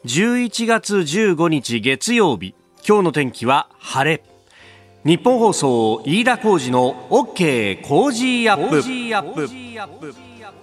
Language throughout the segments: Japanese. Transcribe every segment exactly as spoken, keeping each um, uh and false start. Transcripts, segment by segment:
じゅういちがつじゅうごにち月曜日、今日の天気は晴れ。日本放送飯田浩司の OK 工事アップ。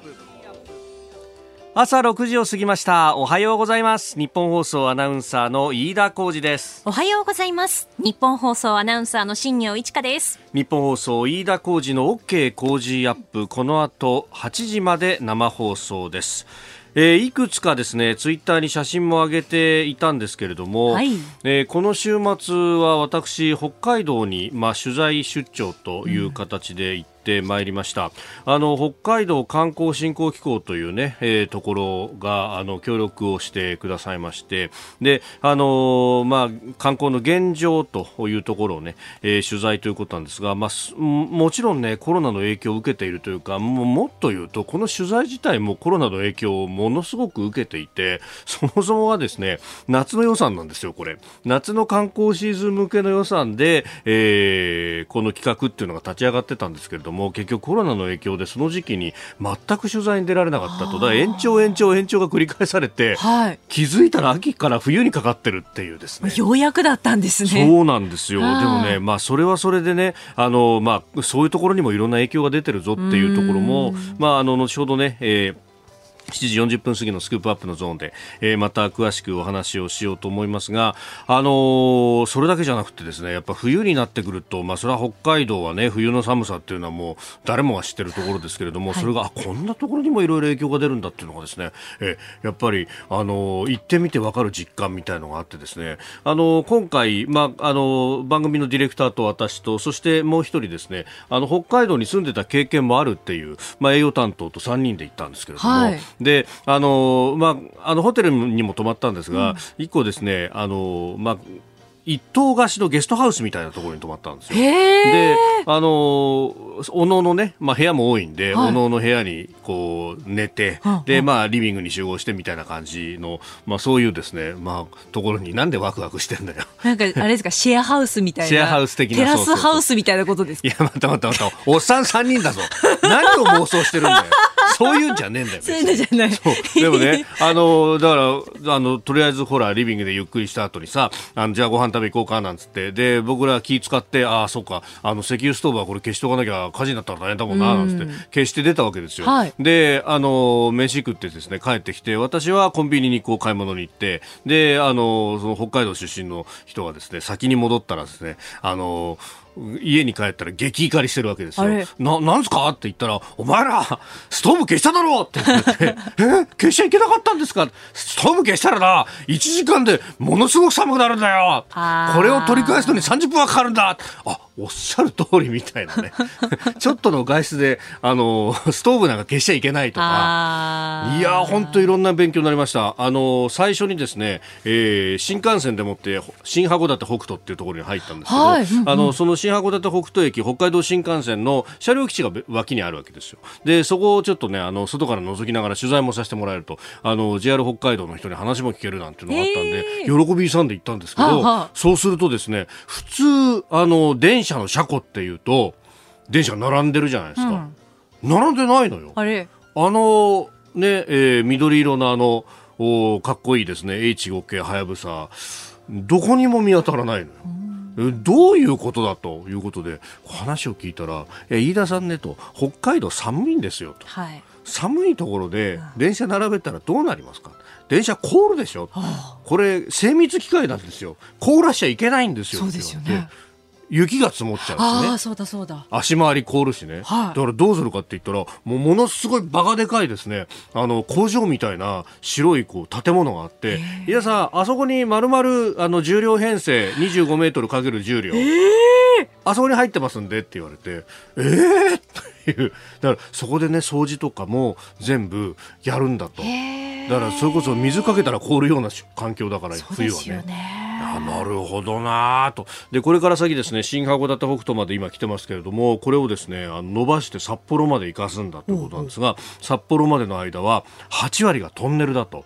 朝ろくじを過ぎました。おはようございます。日本放送アナウンサーの飯田浩司です。 おはようございます。日本放送アナウンサーの新業一華です。 日本放送飯田浩司の OK 工事アップ、この後はちじまで生放送です。えー、いくつかですねツイッターに写真も上げていたんですけれども、はい、えー、この週末は私北海道に、まあ、取材出張という形で行って、うん、まいりました。あの北海道観光振興機構というね、えー、ところがあの協力をしてくださいまして、であのーまあ、観光の現状というところをね、えー、取材ということなんですが、まあ、もちろんねコロナの影響を受けているというか、も, もっと言うとこの取材自体もコロナの影響をものすごく受けていて、そもそもはですね夏の予算なんですよ。これ夏の観光シーズン向けの予算で、えー、この企画っていうのが立ち上がってたんですけれども、もう結局コロナの影響でその時期に全く取材に出られなかったと。だから延長延長延長が繰り返されて、はい、気づいたら秋から冬にかかってるっていうですね。 ようやくだったんですね。 そうなんですよ。でもね、まあ、それはそれでね、あの、まあ、そういうところにもいろんな影響が出てるぞっていうところも、まあ、あの後ほどね、えーしちじよんじゅっぷん過ぎのスクープアップのゾーンで、えー、また詳しくお話をしようと思いますが、あのー、それだけじゃなくてですね、やっぱ冬になってくると、まあ、それは北海道はね冬の寒さっていうのはもう誰もが知ってるところですけれども、はい、それがあこんなところにもいろいろ影響が出るんだっていうのがですね、えー、やっぱり、あのー、行ってみてわかる実感みたいのがあってですね、あのー、今回、まああのー、番組のディレクターと私とそしてもう一人ですね、あの北海道に住んでた経験もあるっていう、まあ、営業担当とさんにんで行ったんですけれども、はい、であのまあ、あのホテルにも泊まったんですが、いっこですね、あの、まあ、一棟貸しのゲストハウスみたいなところに泊まったんですよ。で、あのおのおのね、まあ、部屋も多いんで、はい、おのおの部屋にこう寝て、はで、まあ、リビングに集合してみたいな感じの、まあ、そういうですね、まあ、ところになんでワクワクしてんだよ。 なんかあれですか、シェアハウスみたいな、 シェアハウス的な、 テラスハウスみたいなことですか。 いや、またまたまたおっさんさんにんだぞ。何を妄想してるんだよ。そういうんじゃねえんだよ。 そういうのじゃない。 そうでもね、あのだからあのとりあえずほらリビングでゆっくりした後にさ、あのじゃあご飯食べ行こうかなんつって、で僕ら気使って、ああそうか、あの石油ストーブはこれ消しとかなきゃ火事になったら大変だもんななんつって消して出たわけですよ。はい、であの飯食ってですね帰ってきて、私はコンビニにこう買い物に行って、であのその北海道出身の人がですね先に戻ったらですね、あの家に帰ったら激怒りしてるわけですよ。な、なんすかって言ったら、お前らストーブ消しただろうって言ってえ消しちゃいけなかったんですか。ストーブ消したらないちじかんでものすごく寒くなるんだよ。これを取り返すのにさんじゅっぷんはかかるんだ。あ、おっしゃる通りみたいなねちょっとの外出であのストーブなんか消しちゃいけないとか、いや本当いろんな勉強になりました。あの最初にですね、えー、新幹線でもって新函館北斗っていうところに入ったんですけど、はい、うんうん、あのその新函館北斗駅、北海道新幹線の車両基地が脇にあるわけですよ。でそこをちょっとね、あの外から覗きながら取材もさせてもらえると、あの ジェイアール 北海道の人に話も聞けるなんていうのがあったんで、喜び勇んで行ったんですけど、はあはあ、そうするとですね、普通あの電車の車庫っていうと電車並んでるじゃないですか、うん、並んでないのよ。 あれあのね、えー、緑色のあのおかっこいいですね エイチファイブケー はやぶさ、どこにも見当たらないのよ。うん、どういうことだということで話を聞いたら、いや飯田さんねと、北海道寒いんですよと、はい、寒いところで電車並べたらどうなりますか。電車凍るでしょ、はあ、これ精密機械なんですよ、凍らしちゃいけないんですよ。 そうですよね。 雪が積もっちゃうんですね。 ああ、そうだそうだ。 足回り凍るしね、はい、だからどうするかって言ったら、もうものすごいバカでかいですね、あの工場みたいな白いこう建物があって、いやさ、あそこに丸々あの重量編成にじゅうごメートルかける重量、えー、あそこに入ってますんでって言われて、えーっていう、だからそこでね掃除とかも全部やるんだと。だからそれこそ水かけたら凍るような環境だから、冬はね。あ、なるほどなと。でこれから先ですね、新函館北斗まで今来てますけれども、これをですねあの伸ばして札幌まで行かすんだということなんですが、うんうん、札幌までの間ははちわりがトンネルだと。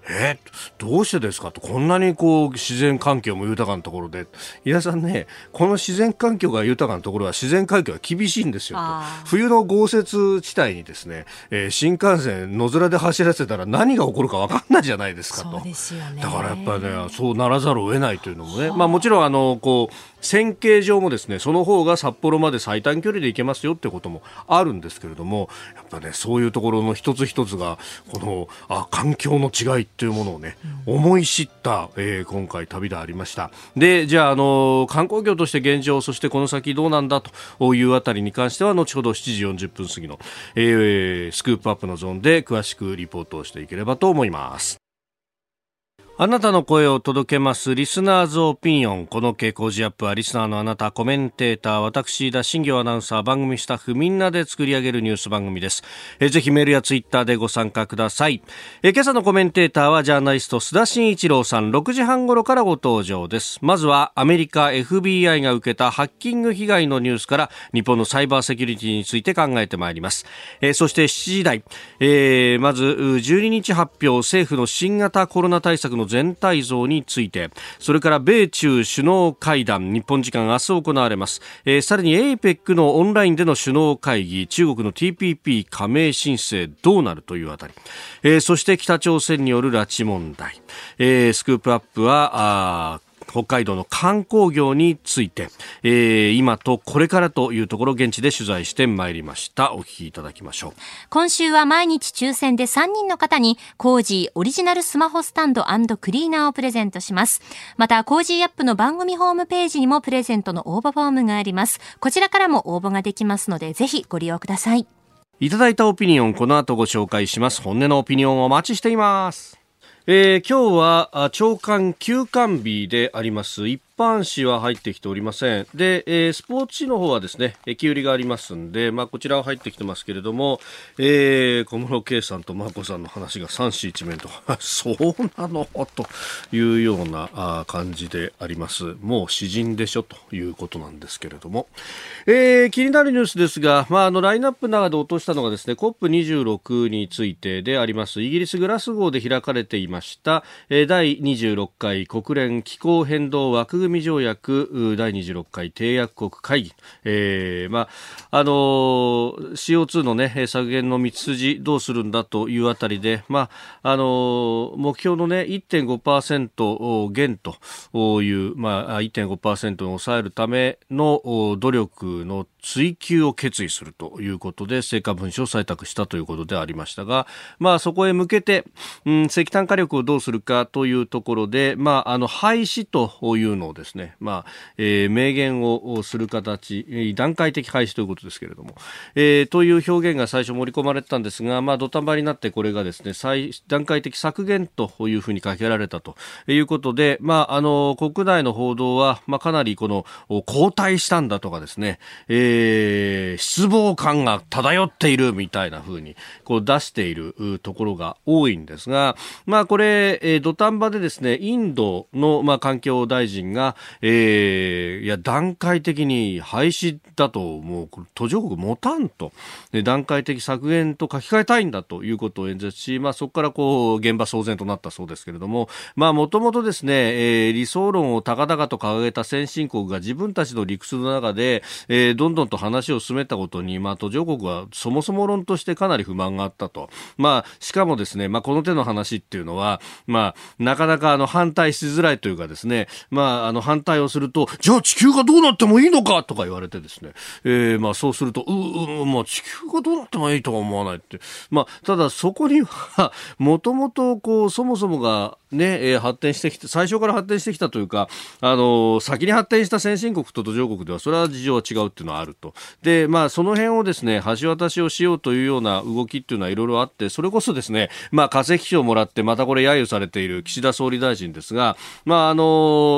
えどうしてですかと、こんなにこう自然環境も豊かなところで、井田さんね、この自然環境が豊かなところは自然環境が厳しいんですよと。冬の豪雪地帯にですね、えー、新幹線野面で走らせたら何が起こるか分かんないじゃないですかと。 そうですよね。 だからやっぱりね、そうならざるを得ないというのもね、まあ、もちろんあのこう線形上もですね、その方が札幌まで最短距離で行けますよってこともあるんですけれども、やっぱね、そういうところの一つ一つがこのあ環境の違いっていうものをね、うん、思い知った、えー、今回旅でありました。で、じゃあ、あの観光業として現状、そしてこの先どうなんだというあたりに関しては後ほどしちじよんじゅっぷん過ぎの、えー、スクープアップのゾーンで詳しくリポートをしていければと思います。あなたの声を届けますリスナーズオピニオン。この傾向ジアップはリスナーのあなた、コメンテーター、私田新行アナウンサー、番組スタッフみんなで作り上げるニュース番組です。えぜひメールやツイッターでご参加ください。え今朝のコメンテーターはジャーナリスト須田慎一郎さん、ろくじはん頃からご登場です。まずはアメリカ エフビーアイ が受けたハッキング被害のニュースから日本のサイバーセキュリティについて考えてまいります。えそしてしちじ台、えー、まずじゅうににち発表、政府の新型コロナ対策の全体像について、それから米中首脳会談、日本時間明日行われます。えー、さらに エイペック のオンラインでの首脳会議、中国の ティーピーピー 加盟申請どうなるというあたり、えー、そして北朝鮮による拉致問題、えー、スクープアップはあ北海道の観光業について、えー、今とこれからというところ現地で取材してまいりました。お聞きいただきましょう。 今週は毎日抽選でさんにんの方にコージーオリジナルスマホスタンド&クリーナーをプレゼントします。またコージーアップの番組ホームページにもプレゼントの応募フォームがあります。こちらからも応募ができますのでぜひご利用ください。 いただいたオピニオン、この後ご紹介します。本音のオピニオンをお待ちしています。えー、今日は朝刊休刊日であります。一般紙は入ってきておりません。で、えー、スポーツ紙の方はですね、駅売りがありますんで、まあ、こちらは入ってきてますけれども、えー、小室圭さんと眞子さんの話が三紙一面とそうなのというようなあ感じであります。もう詩人でしょということなんですけれども、えー、気になるニュースですが、まあ、あのラインナップの中で落としたのがですね、コップにじゅうろく についてであります。イギリスグラスゴーで開かれていました、えー、だいにじゅうろっかい国連気候変動枠組み条約だいにじゅうろっかい締約国会議、えーまああのー、シーオーツー の、ね、削減の道筋どうするんだというあたりで、まああのー、目標の、ね、いってんごパーセント 減という、まあ、いってんごパーセント に抑えるための努力の追求を決意するということで成果文書を採択したということでありましたが、まあ、そこへ向けて、うん、石炭火力をどうするかというところで、まあ、あの廃止というのをですね、まあえー、明言をする形、段階的廃止ということですけれども、えー、という表現が最初盛り込まれてたんですが、まあ、土壇場になってこれがですね、最段階的削減というふうにかけられたということで、まあ、あの国内の報道は、まあ、かなりこの後退したんだとかですね、えーえー、失望感が漂っているみたいな風にこう出しているところが多いんですが、まあこれ、えー、土壇場でですね、インドの、まあ、環境大臣が、えー、いや段階的に廃止だともう途上国持たんと、で段階的削減と書き換えたいんだということを演説し、まあそこからこう現場騒然となったそうですけれども、まあもともとですね、えー、理想論を高々と掲げた先進国が自分たちの理屈の中で、えー、どんどんと話を進めたことに、まあ、途上国はそもそも論としてかなり不満があったと。まあ、しかもですね、まあ、この手の話っていうのは、まあ、なかなかあの反対しづらいというかですね、まあ、あの反対をすると、じゃあ地球がどうなってもいいのかとか言われてですね、えー、まあそうすると、うう、まあ、地球がどうなってもいいとは思わないって。まあ、ただそこには、もともとこう、そもそもがね、えー、発展してきて、最初から発展してきたというか、あのー、先に発展した先進国と途上国では、それは事情は違うっていうのはあると。で、まあ、その辺をですね、橋渡しをしようというような動きっていうのはいろいろあって、それこそですね、まあ、化石賞をもらって、またこれ揶揄されている岸田総理大臣ですが、まあ、あのー、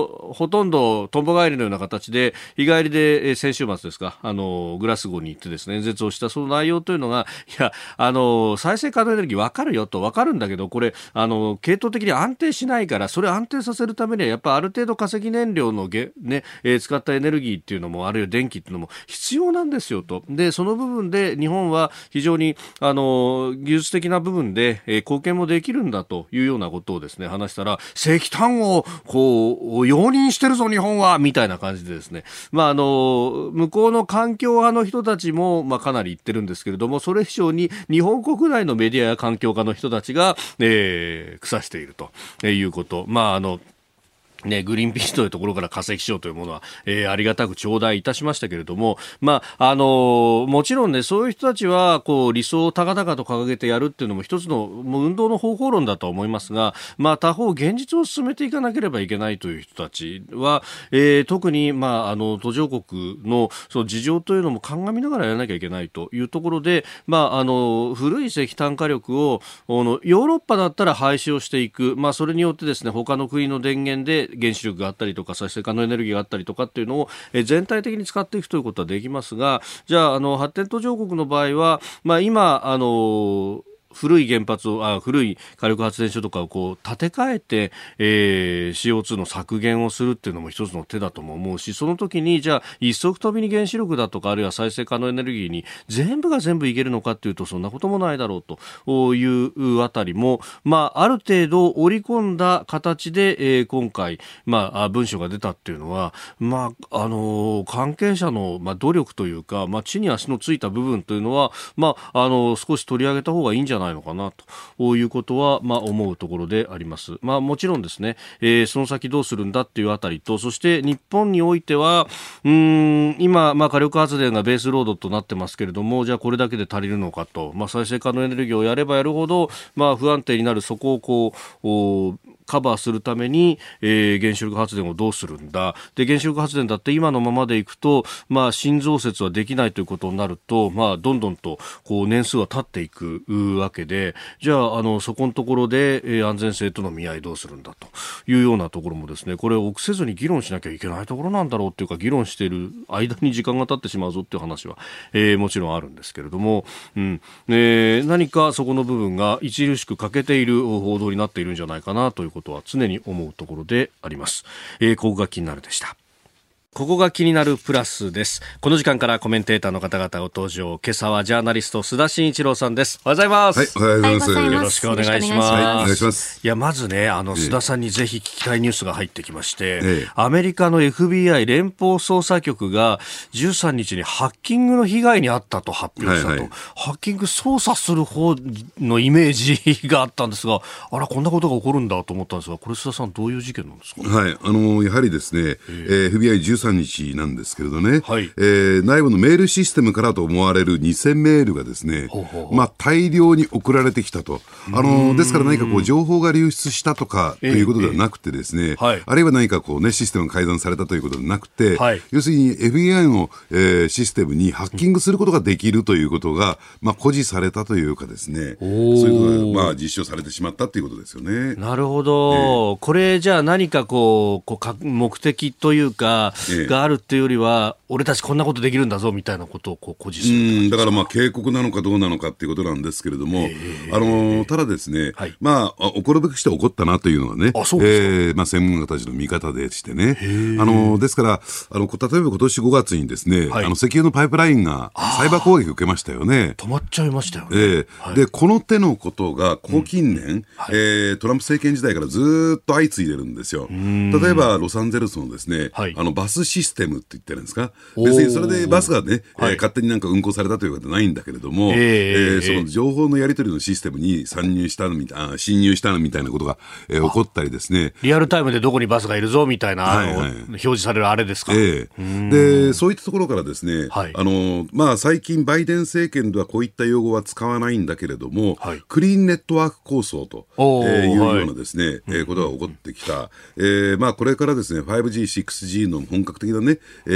ほとんどとんぼ帰りのような形で日帰りで、えー、先週末ですか、あのグラスゴーに行ってですね演説をしたその内容というのが、いやあの再生可能エネルギー分かるよと分かるんだけど、これあの系統的に安定しないから、それを安定させるためにはやっぱある程度化石燃料のげ、ねえー、使ったエネルギーっていうのも、あるいは電気っていうのも必要なんですよと。でその部分で日本は非常にあの技術的な部分で、えー、貢献もできるんだというようなことをですね話したら、石炭をこう容認してるぞ日本はみたいな感じでですね、まあ、あの向こうの環境派の人たちも、まあ、かなり言ってるんですけれども、それ以上に日本国内のメディアや環境家の人たちが、えー、腐しているということ。まああのね、グリーンピースというところから化石賞というものは、えー、ありがたく頂戴いたしましたけれども、まああのー、もちろんねそういう人たちはこう理想を高々と掲げてやるっていうのも一つのもう運動の方法論だとは思いますが、まあ、他方現実を進めていかなければいけないという人たちは、えー、特に、まあ、あの途上国のその事情というのも鑑みながらやらなきゃいけないというところで、まあ、あの古い石炭火力をあのヨーロッパだったら廃止をしていく、まあ、それによってですね他の国の電源で原子力があったりとか再生可能エネルギーがあったりとかっていうのを全体的に使っていくということはできますが、じゃあ、あの発展途上国の場合は、まあ、今あの古い原発をあ古い火力発電所とかをこう建て替えて、えー、シーオーツー の削減をするっていうのも一つの手だとも思うし、その時にじゃあ一足飛びに原子力だとかあるいは再生可能エネルギーに全部が全部いけるのかっていうとそんなこともないだろうというあたりも、まあ、ある程度織り込んだ形で、えー、今回、まあ、文書が出たっていうのは、まああのー、関係者の、まあ、努力というか、まあ、地に足のついた部分というのは、まああのー、少し取り上げた方がいいんじゃないないのかなということは、まあ、思うところであります。まあ、もちろんですね、えー、その先どうするんだっていうあたりと、そして日本においてはうーん今、まあ、火力発電がベースロードとなってますけれども、じゃあこれだけで足りるのかと、まあ、再生可能エネルギーをやればやるほど、まあ、不安定になるそこをこうカバーするために、えー、原子力発電をどうするんだ。で、原子力発電だって今のままでいくと、まあ、新増設はできないということになると、まあ、どんどんと、こう、年数は経っていくわけで、じゃあ、あの、そこのところで、えー、安全性との見合いどうするんだというようなところもですね、これを臆せずに議論しなきゃいけないところなんだろうっていうか、議論している間に時間が経ってしまうぞっていう話は、えー、もちろんあるんですけれども、うん、えー、何かそこの部分が著しく欠けている報道になっているんじゃないかなということは常に思うところであります。えー、ここが気になるでした。ここが気になるプラスです。この時間からコメンテーターの方々ご登場。今朝はジャーナリスト須田慎一郎さんです。おはようございます。 はい、おはようございます。 よろしくお願いします。 はい、お願いします。 いや、まずね、あの、須田さんにぜひ聞きたいニュースが入ってきまして、 ええ、アメリカの エフビーアイ 連邦捜査局がじゅうさんにちにハッキングの被害に遭ったと発表したと。はいはい、ハッキング操作する方のイメージがあったんですが、あら、こんなことが起こるんだと思ったんですが、これ須田さんどういう事件なんですか？ はい、あの、やはりですね、ええ、エフビーアイじゅうさんにちなんですですけれどね、 はい、 えー、内部のメールシステムからと思われる偽メールがですね、ほうほうほう、まあ、大量に送られてきたと。あのですから何かこう情報が流出したとかということではなくてですね、えーえーはい、あるいは何かこう、ね、システムが改ざんされたということではなくて、はい、要するに エフビーアイ の、えー、システムにハッキングすることができるということが、まあ、誇示されたというかですね、そういうことが、まあ、実証されてしまったということですよね。 なるほど、えー、これじゃあ何かこう、こう目的というか、えー、があるっていうよりは俺たちこんなことできるんだぞみたいなことをこう誇示する。 うんだからまあ警告なのかどうなのかっていうことなんですけれども、えー、あのただですね、はい、まあ起こるべくして起こったなというのはね、あそうですか、えーまあ、専門家たちの見方でしてね、あのですからあの例えば今年ごがつにですね、はい、あの石油のパイプラインがサイバー攻撃を受けましたよね。 止まっちゃいましたよね。 えーはい、でこの手のことがここ近年、うんはいえー、トランプ政権時代からずっと相次いでるんですよ。例えばロサンゼルスのですね、はい、あのバスシステムって言ってるんですか、別にそれでバスがね、はいえー、勝手になんか運行されたということはないんだけれども、えーえー、その情報のやり取りのシステムに参入したのみたいな、侵入したのみたいなことが、えー、起こったりですね、 リアルタイムでどこにバスがいるぞみたいな、はいはい、表示されるあれですか、 えー、でそういったところからですね、はいあのまあ、最近バイデン政権ではこういった用語は使わないんだけれども、はい、クリーンネットワーク構想と、えー、いうようなですね、はいえー、ことが起こってきた、えーまあ、これからですね ファイブジー、シックスジー の本格的な、ねえー、時代を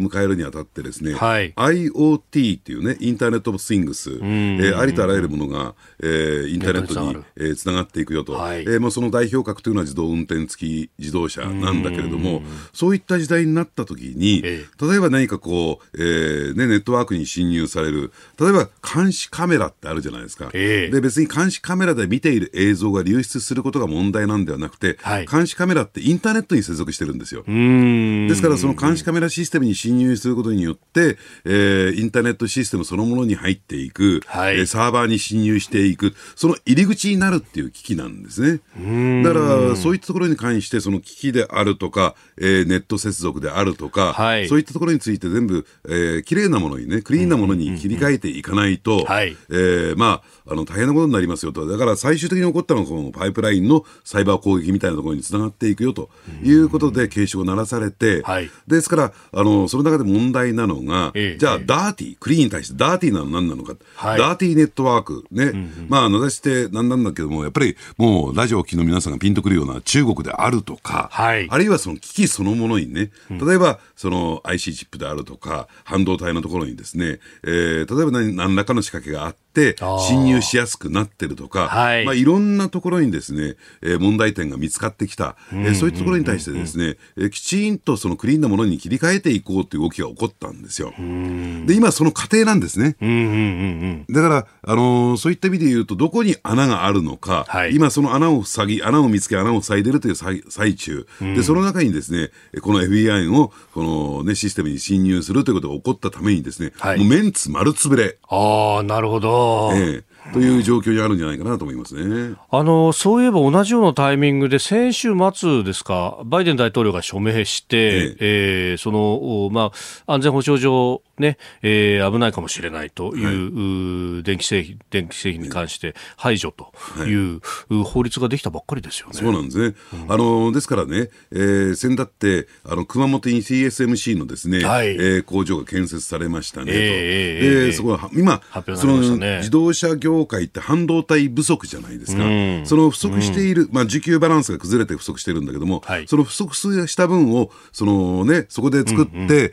迎えるにあたってですね、 はい、 アイオーティー っていうね、インターネットオブスイングス、えー、ありとあらゆるものが、えー、インターネットにえー、つながっていくよと、はい、えーまあ、その代表格というのは自動運転付き自動車なんだけれども、そういった時代になった時に、えー、例えば何かこう、えーね、ネットワークに侵入される、例えば監視カメラってあるじゃないですか、えー、で別に監視カメラで見ている映像が流出することが問題なんではなくて、はい、監視カメラってインターネットに接続してるんですよ。うーん、ですからその監視カメラシステムに侵入することによって、えー、インターネットシステムそのものに入っていく、はい、えー、サーバーに侵入していく、その入り口になるっていう機器なんですね。だからそういったところに関してその機器であるとか、えー、ネット接続であるとか、はい、そういったところについて全部、えー、きれいなものにね、クリーンなものに切り替えていかないと、はい、えー、まあ、あの大変なことになりますよと。だから最終的に起こったのはこのパイプラインのサイバー攻撃みたいなところにつながっていくよということで警鐘が鳴らされて、はい、ですからあのその中で問題なのが、ええ、じゃあ、ええ、ダーティー、クリーンに対してダーティーなのは何なのか、はい、ダーティーネットワークね、うんうん、まあ名指して何なんだけども、やっぱりもうラジオを聴きの皆さんがピンとくるような中国であるとか、はい、あるいはその機器そのものにね、例えばその アイシー チップであるとか半導体のところにですね、えー、例えば 何, 何らかの仕掛けがあって侵入しやすくなってるとか、はい、まあ、いろんなところにですね、えー、問題点が見つかってきた、えー、そういったところに対してですね、えー、きちんとそのクリーンなものに切り替えていこうという動きが起こったんですよ。で今その過程なんですね。うんうんうんうん、だから、あのー、そういった意味で言うとどこに穴があるのか、はい、今その穴を塞ぎ穴を見つけ穴を塞いでるという最、最中で、その中にですねこの エフビーアイ のこの、ね、システムに侵入するということが起こったためにですね、はい、もうメンツ丸つぶれ。 ああ、なるほど、 ええという状況にあるんじゃないかなと思いますね。 あのそういえば同じようなタイミングで先週末ですか、バイデン大統領が署名して、えええー、その、まあ、安全保障上、ねえー、危ないかもしれないという、はい、電気製品、電気製品に関して排除という、はい、法律ができたばっかりですよね。 そうなんですね。うん、あのですからね、えー、先だってあの熊本に ティーエスエムシー のですね、はい、えー、工場が建設されましたねと、えー、で、えー、そこは今発表になりましたね。その自動車業界って半導体不足じゃないですか。うん、その不足している、まあ、需給バランスが崩れて不足しているんだけども、はい、その不足した分をその、ね、そこで作って、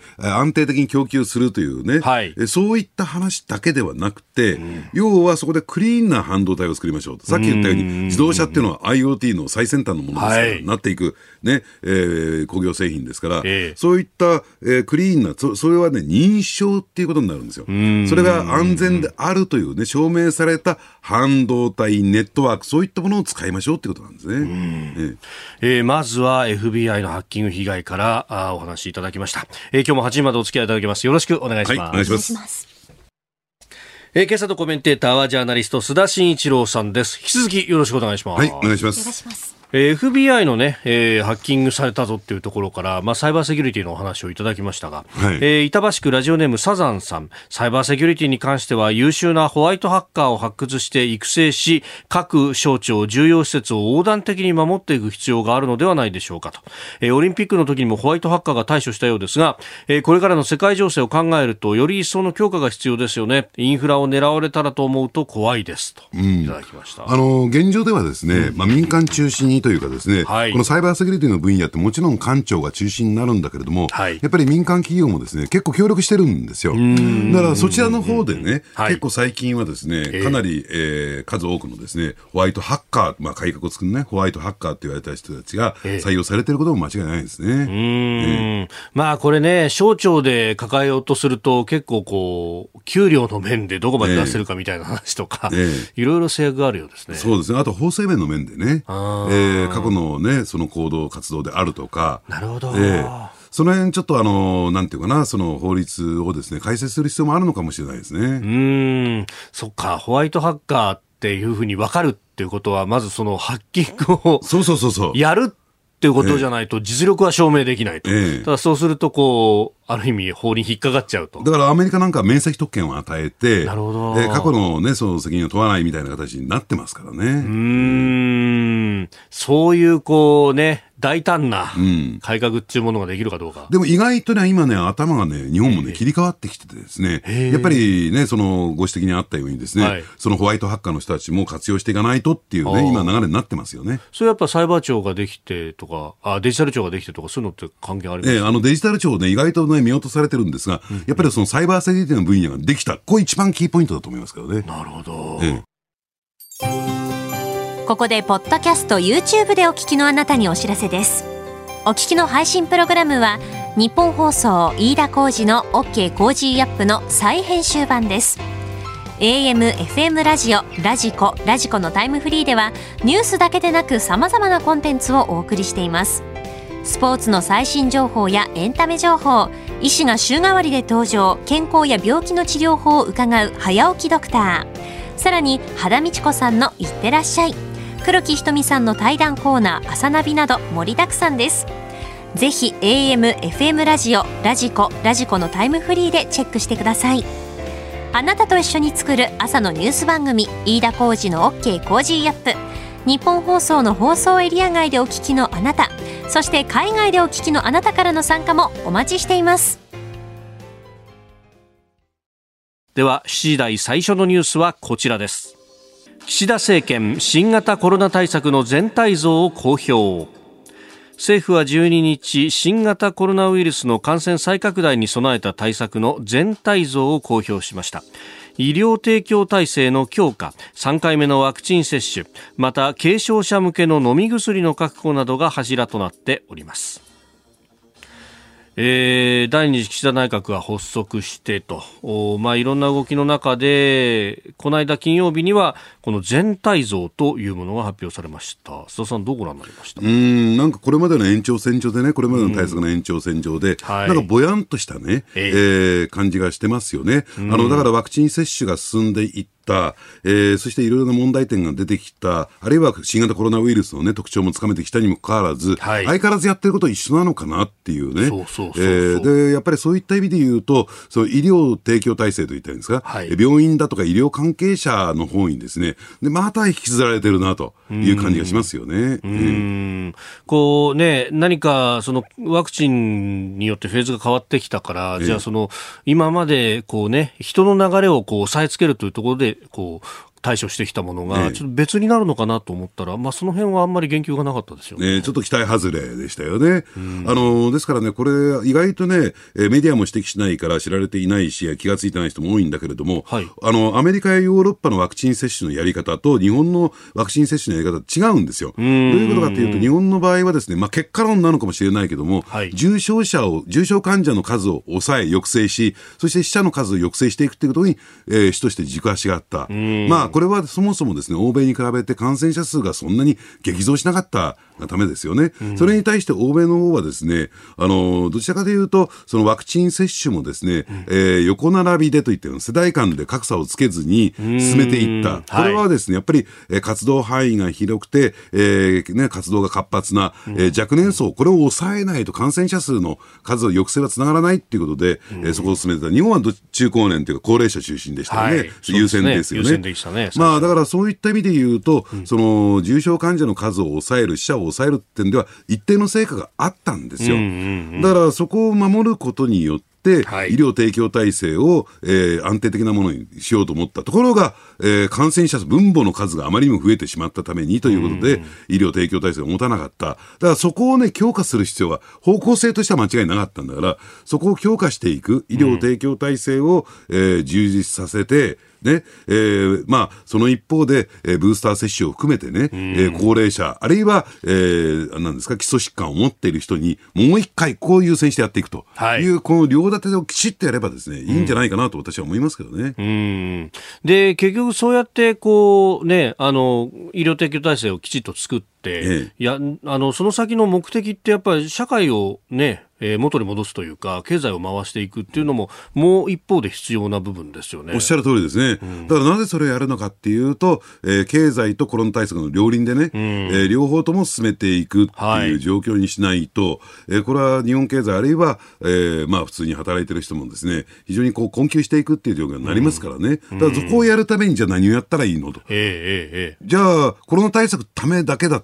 うんうん、安定的に供給するというね、はい、そういった話だけではなくて、うん、要はそこでクリーンな半導体を作りましょうと。さっき言ったように自動車っていうのは アイオーティー の最先端のものですから、はい、なっていく、ねえー、工業製品ですから、えー、そういった、えー、クリーンな そ, それはね認証っていうことになるんですよ。それが安全であるというね証明された半導体ネットワーク、そういったものを使いましょうってことなんですね。えーえー、まずは エフビーアイ のハッキング被害からあお話しいただきました。えー、今日もはちじまでお付き合いいただきます。よろしくお願いします。はい、お願いします。えー、今朝のコメンテーターはジャーナリスト須田慎一郎さんです。引き続きよろしくお願いします。 はい、お願いします。お願いします。 エフビーアイ のね、えー、ハッキングされたぞっていうところから、まあ、サイバーセキュリティのお話をいただきましたが、はい、えー、板橋区ラジオネームサザンさん、サイバーセキュリティに関しては優秀なホワイトハッカーを発掘して育成し、各省庁重要施設を横断的に守っていく必要があるのではないでしょうかと、えー、オリンピックの時にもホワイトハッカーが対処したようですが、えー、これからの世界情勢を考えるとより一層の強化が必要ですよね。インフラを狙われたらと思うと怖いですと、うん、いただきました。 あの現状ではですね、うん、まあ、民間中心にというかですね、はい、このサイバーセキュリティの分野ってもちろん官庁が中心になるんだけれども、はい、やっぱり民間企業もですね結構協力してるんですよ。だからそちらの方でね、はい、結構最近はですねかなり、えー、数多くのですねホワイトハッカー、まあ、改革を作るねホワイトハッカーって言われた人たちが採用されていることも間違いないですね。うーん、 えー、まあこれね省庁で抱えようとすると結構こう給料の面でどこまで出せるかみたいな話とか、えー、いろいろ制約があるようですね。 そうですね。あと法制面の面でね、あ、えー、過去のねその行動活動であるとか、 なるほど、 えー、その辺ちょっとあのなんていうかな、その法律をですね改正する必要もあるのかもしれないですね。うーん、そっか、ホワイトハッカーっていうふうに分かるっていうことはまずそのハッキングをそうそうそうそうやるっていうことじゃないと実力は証明できないと、えー、ただそうするとこうある意味法に引っかかっちゃうと。 だからアメリカなんかは免責特権を与えて、 なるほど、 えー、過去の、ね、その責任を問わないみたいな形になってますからね。うーん、そういうこうね大胆な改革っていうものができるかどうか、 うん、でも意外とね今ね頭がね日本もね切り替わってきててですね、やっぱりねそのご指摘にあったようにですね、はい、そのホワイトハッカーの人たちも活用していかないとっていうね今流れになってますよね。 それやっぱサイバー庁ができてとかあデジタル庁ができてとかそういうのって関係ありますか？ えー、あのデジタル庁ね意外とね見落とされてるんですが、うんうん、やっぱりそのサイバーセキュリティの分野ができた、これ一番キーポイントだと思いますけどね。 なるほど、 えー、ここでポッドキャスト YouTube でお聞きのあなたにお知らせです。お聞きの配信プログラムは日本放送飯田浩司の OK コージーアップの再編集版です。 エーエム、エフエム ラジオ、ラジコ、ラジコのタイムフリーではニュースだけでなく様々なコンテンツをお送りしています。スポーツの最新情報やエンタメ情報、医師が週替わりで登場、健康や病気の治療法を伺う早起きドクター、さらに羽田美智子さんのいってらっしゃい、黒木ひとみさんの対談コーナー朝ナビなど盛りだくさんです。ぜひ エーエム、エフエム ラジオ、ラジコ、ラジコのタイムフリーでチェックしてください。あなたと一緒に作る朝のニュース番組飯田浩司の OK コージーアップ、日本放送の放送エリア外でお聞きのあなた、そして海外でお聞きのあなたからの参加もお待ちしています。 ではしちじ台最初のニュースはこちらです。岸田政権新型コロナ対策の全体像を公表。政府はじゅうににち新型コロナウイルスの感染再拡大に備えた対策の全体像を公表しました。医療提供体制の強化、さんかいめのワクチン接種、また軽症者向けの飲み薬の確保などが柱となっております。えー、第二次岸田内閣が発足してと、まあ、いろんな動きの中でこの間金曜日にはこの全体像というものが発表されました。須田さんどうご覧になりました？ うーんなんかこれまでの延長線上でねこれまでの対策の延長線上で、はい、なんかぼやんとしたね、えーえー、感じがしてますよね。あのだからワクチン接種が進んでいってえー、そしていろいろな問題点が出てきた、あるいは新型コロナウイルスの、ね、特徴もつかめてきたにもかかわらず、はい、相変わらずやってることは一緒なのかなっていうね。 そうそうそうそう、 えー、でやっぱりそういった意味で言うとその医療提供体制といったんですか、はい、病院だとか医療関係者の方にですねでまた引きずられてるなという感じがしますよね。うん、 うんこうね何かそのワクチンによってフェーズが変わってきたから、えー、じゃあその今までこうね人の流れをこう押さえつけるというところでこう対処してきたものがちょっと別になるのかなと思ったら、ええまあ、その辺はあんまり言及がなかったですよね。 ねちょっと期待外れでしたよね。あのですからねこれ意外とねメディアも指摘しないから知られていないし気がついてない人も多いんだけれども、はい、あのアメリカやヨーロッパのワクチン接種のやり方と日本のワクチン接種のやり方違うんですよ。どういうことかというと日本の場合はですね、まあ、結果論なのかもしれないけども、はい、重症者を重症患者の数を抑え抑制しそして死者の数を抑制していくということに、えー、主として軸足があった。まあこれはそもそもですね欧米に比べて感染者数がそんなに激増しなかったがためですよね。うん、それに対して欧米の方はですねあのどちらかというとそのワクチン接種もですね、うんえー、横並びでといって世代間で格差をつけずに進めていった。これはですねやっぱり、えー、活動範囲が広くて、えーね、活動が活発な、えー、若年層これを抑えないと感染者数の数の抑制はつながらないということで、うんえー、そこを進めてた。日本は中高年というか高齢者中心でしたよね。はい、優先ですよね。優先でしたね。まあだからそういった意味で言うと、うん、その重症患者の数を抑える死者を抑えるって点では一定の成果があったんですよ。うんうんうん、だからそこを守ることによってはい、医療提供体制を、えー、安定的なものにしようと思ったところが、えー、感染者数分母の数があまりにも増えてしまったためにということで、うん、医療提供体制を持たなかった。だからそこをね強化する必要は方向性としては間違いなかったんだからそこを強化していく医療提供体制を、うんえー、充実させてねえーまあ、その一方で、えー、ブースター接種を含めてね、うんえー、高齢者あるいは、えー、何ですか基礎疾患を持っている人にもう一回こう優先してやっていくという、はい、この両立てをきちっとやればですねいいんじゃないかなと私は思いますけどね。 うんで結局そうやってこう、ね、あの医療提供体制をきちっと作って、ええ、いやあのその先の目的ってやっぱり社会をねえー、元に戻すというか経済を回していくっていうのももう一方で必要な部分ですよね。 おっしゃる通りですね。うん、だからなぜそれをやるのかっていうと、えー、経済とコロナ対策の両輪でね、うんえー、両方とも進めていくっていう状況にしないと、はいえー、これは日本経済あるいは、えー、まあ普通に働いてる人もですね非常にこう困窮していくっていう状況になりますからね。うん、だからそこをやるためにじゃあ何をやったらいいのと、 えーえー、 じゃあコロナ対策ためだけだっ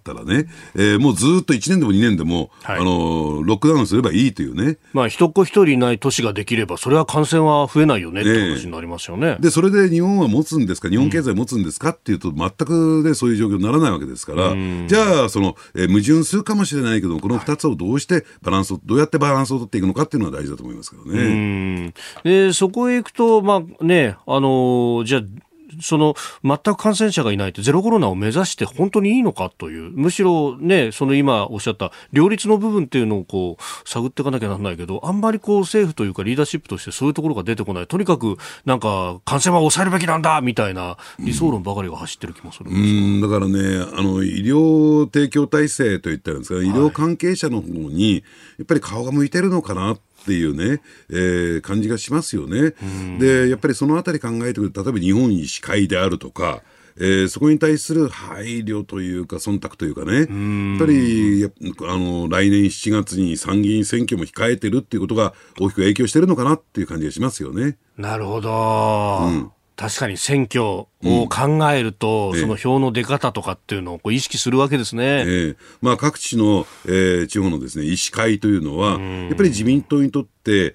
ったらね、えー、もうずっといちねんでもにねんでも、はい、あのロックダウンすればいいというね、 まあ、一っ子一人いない都市ができればそれは感染は増えないよねって話になりますよね、 えー、でそれで日本は持つんですか、日本経済持つんですかっていうと全く、ね、そういう状況にならないわけですから、じゃあその、えー、矛盾するかもしれないけどこのふたつをどうしてバランスをどうやってバランスを取っていくのかっていうのが大事だと思いますからね。 うんでそこへ行くと、まあね、あのじゃあその全く感染者がいないとゼロコロナを目指して本当にいいのかという、むしろね、その今おっしゃった両立の部分っていうのをこう探っていかなきゃならないけど、あんまりこう政府というかリーダーシップとしてそういうところが出てこない。とにかくなんか感染は抑えるべきなんだみたいな理想論ばかりが走ってる気もするんです、 うん、だからね、あの医療提供体制といったらいいんですか、医療関係者の方にやっぱり顔が向いてるのかなっていうね、えー、感じがしますよね。でやっぱりそのあたり考えてくると、例えば日本医師会であるとか、えー、そこに対する配慮というか忖度というかね、やっぱりやあの来年しちがつに参議院選挙も控えてるっていうことが大きく影響してるのかなっていう感じがしますよね。 なるほど、うん、確かに選挙を考えると、うん、その票の出方とかっていうのをこう意識するわけですね。えーまあ、各地の、えー、地方のですね医師会というのはやっぱり自民党にとって、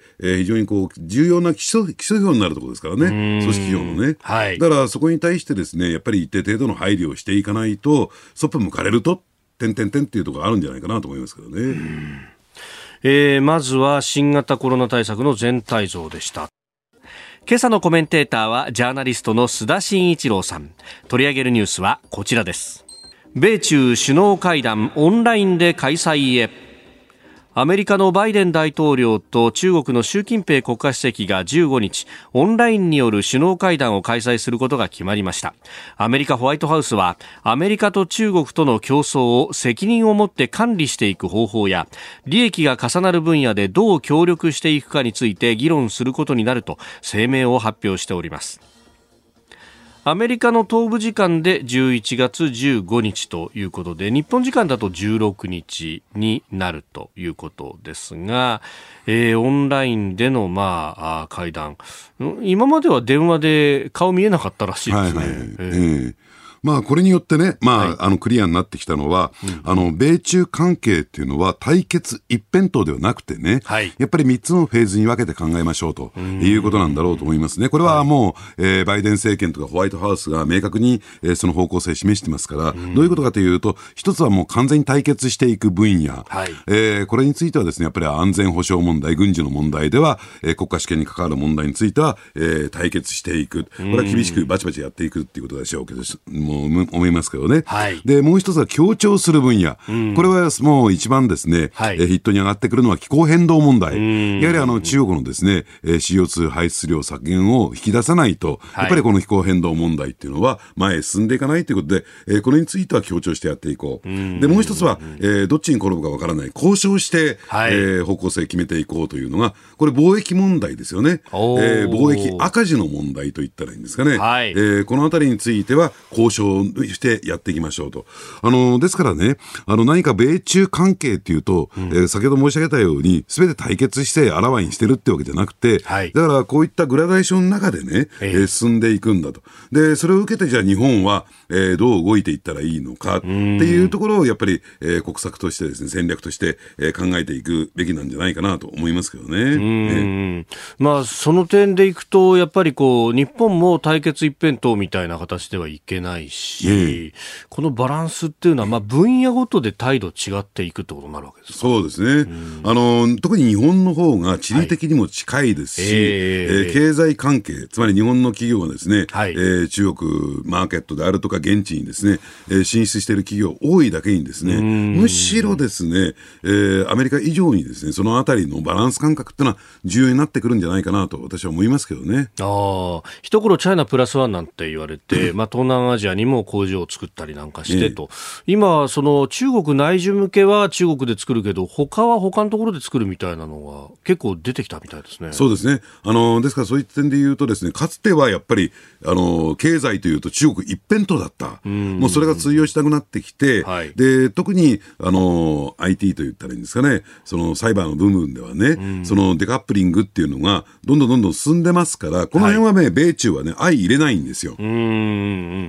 えー、非常にこう重要な基礎、基礎票になるところですからね、組織票のね、はい、だからそこに対してですねやっぱり一定程度の配慮をしていかないとそっぽ向かれると点々点っていうところがあるんじゃないかなと思いますけどね。 えー、まずは新型コロナ対策の全体像でした。今朝のコメンテーターはジャーナリストの須田慎一郎さん。取り上げるニュースはこちらです。米中首脳会談オンラインで開催へ。アメリカのバイデン大統領と中国の習近平国家主席がじゅうごにちオンラインによる首脳会談を開催することが決まりました。アメリカホワイトハウスはアメリカと中国との競争を責任を持って管理していく方法や利益が重なる分野でどう協力していくかについて議論することになると声明を発表しております。アメリカの東部時間でじゅういちがつじゅうごにちということで、日本時間だとじゅうろくにちになるということですが、えー、オンラインでの、まあ、会談、今までは電話で顔見えなかったらしいですね。はいはい、えーまあ、これによってね、まあ、はい、あの、クリアになってきたのは、うん、あの、米中関係っていうのは対決一辺倒ではなくてね、はい、やっぱりみっつのフェーズに分けて考えましょうということなんだろうと思いますね。これはもう、えー、バイデン政権とかホワイトハウスが明確に、えー、その方向性を示してますから、どういうことかというと、一つはもう完全に対決していく分野、はい、えー、これについてはですね、やっぱり安全保障問題、軍事の問題では、えー、国家主権に関わる問題については、えー、対決していく。これは厳しくバチバチやっていくっていうことでしょうけど、もう思いますけどね、はい、でもう一つは協調する分野、うん、これはもう一番ですね、はい、えヒットに上がってくるのは気候変動問題、うん、やはりあの中国のですね シーオーツー 排出量削減を引き出さないと、はい、やっぱりこの気候変動問題っていうのは前へ進んでいかないということで、えー、これについては協調してやっていこう、うん、でもう一つは、えー、どっちに転ぶかわからない交渉して、はい、えー、方向性決めていこうというのがこれ貿易問題ですよね、えー、貿易赤字の問題と言ったらいいんですかね、はい、えー、このあたりについては交渉してやっていきましょうと。あのですからね、あの何か米中関係っていうと、うん、えー、先ほど申し上げたように全て対決してあらわにしてるってわけじゃなくて、はい、だからこういったグラデーションの中でね、えー、進んでいくんだと。でそれを受けてじゃあ日本は、えー、どう動いていったらいいのかっていうところをやっぱり、えー、国策としてですね、戦略として、えー、考えていくべきなんじゃないかなと思いますけどね。うん、 えー、まあその点でいくとやっぱりこう日本も対決一辺倒みたいな形ではいけないし、えーこのバランスっていうのは、まあ、分野ごとで態度違っていくってことになるわけですか。 そうですね、うん、あの特に日本の方が地理的にも近いですし、はい、えーえー、経済関係、つまり日本の企業がですね、はい、えー、中国マーケットであるとか現地にですね、えー、進出している企業多いだけにですね、むしろですね、えー、アメリカ以上にですね、そのあたりのバランス感覚っていうのは重要になってくるんじゃないかなと私は思いますけどね。 あ、一頃チャイナプラスワンなんて言われて、まあ、東南アジアにも工場を作ったりなんかしてと、えー、今その中国内需向けは中国で作るけど他は他のところで作るみたいなのが結構出てきたみたいですね。 そうですね、あのですからそういった点で言うとですね、かつてはやっぱりあの経済というと中国一辺倒だった、うん、もうそれが通用したくなってきて、はい、で特にあの アイティー と言ったらいいんですかね、そのサイバーの部分ではね、うん、そのデカップリングっていうのがどんどんどんどん進んでますから、この辺はね、はい、米中はね相入れないんですよ。うん、あの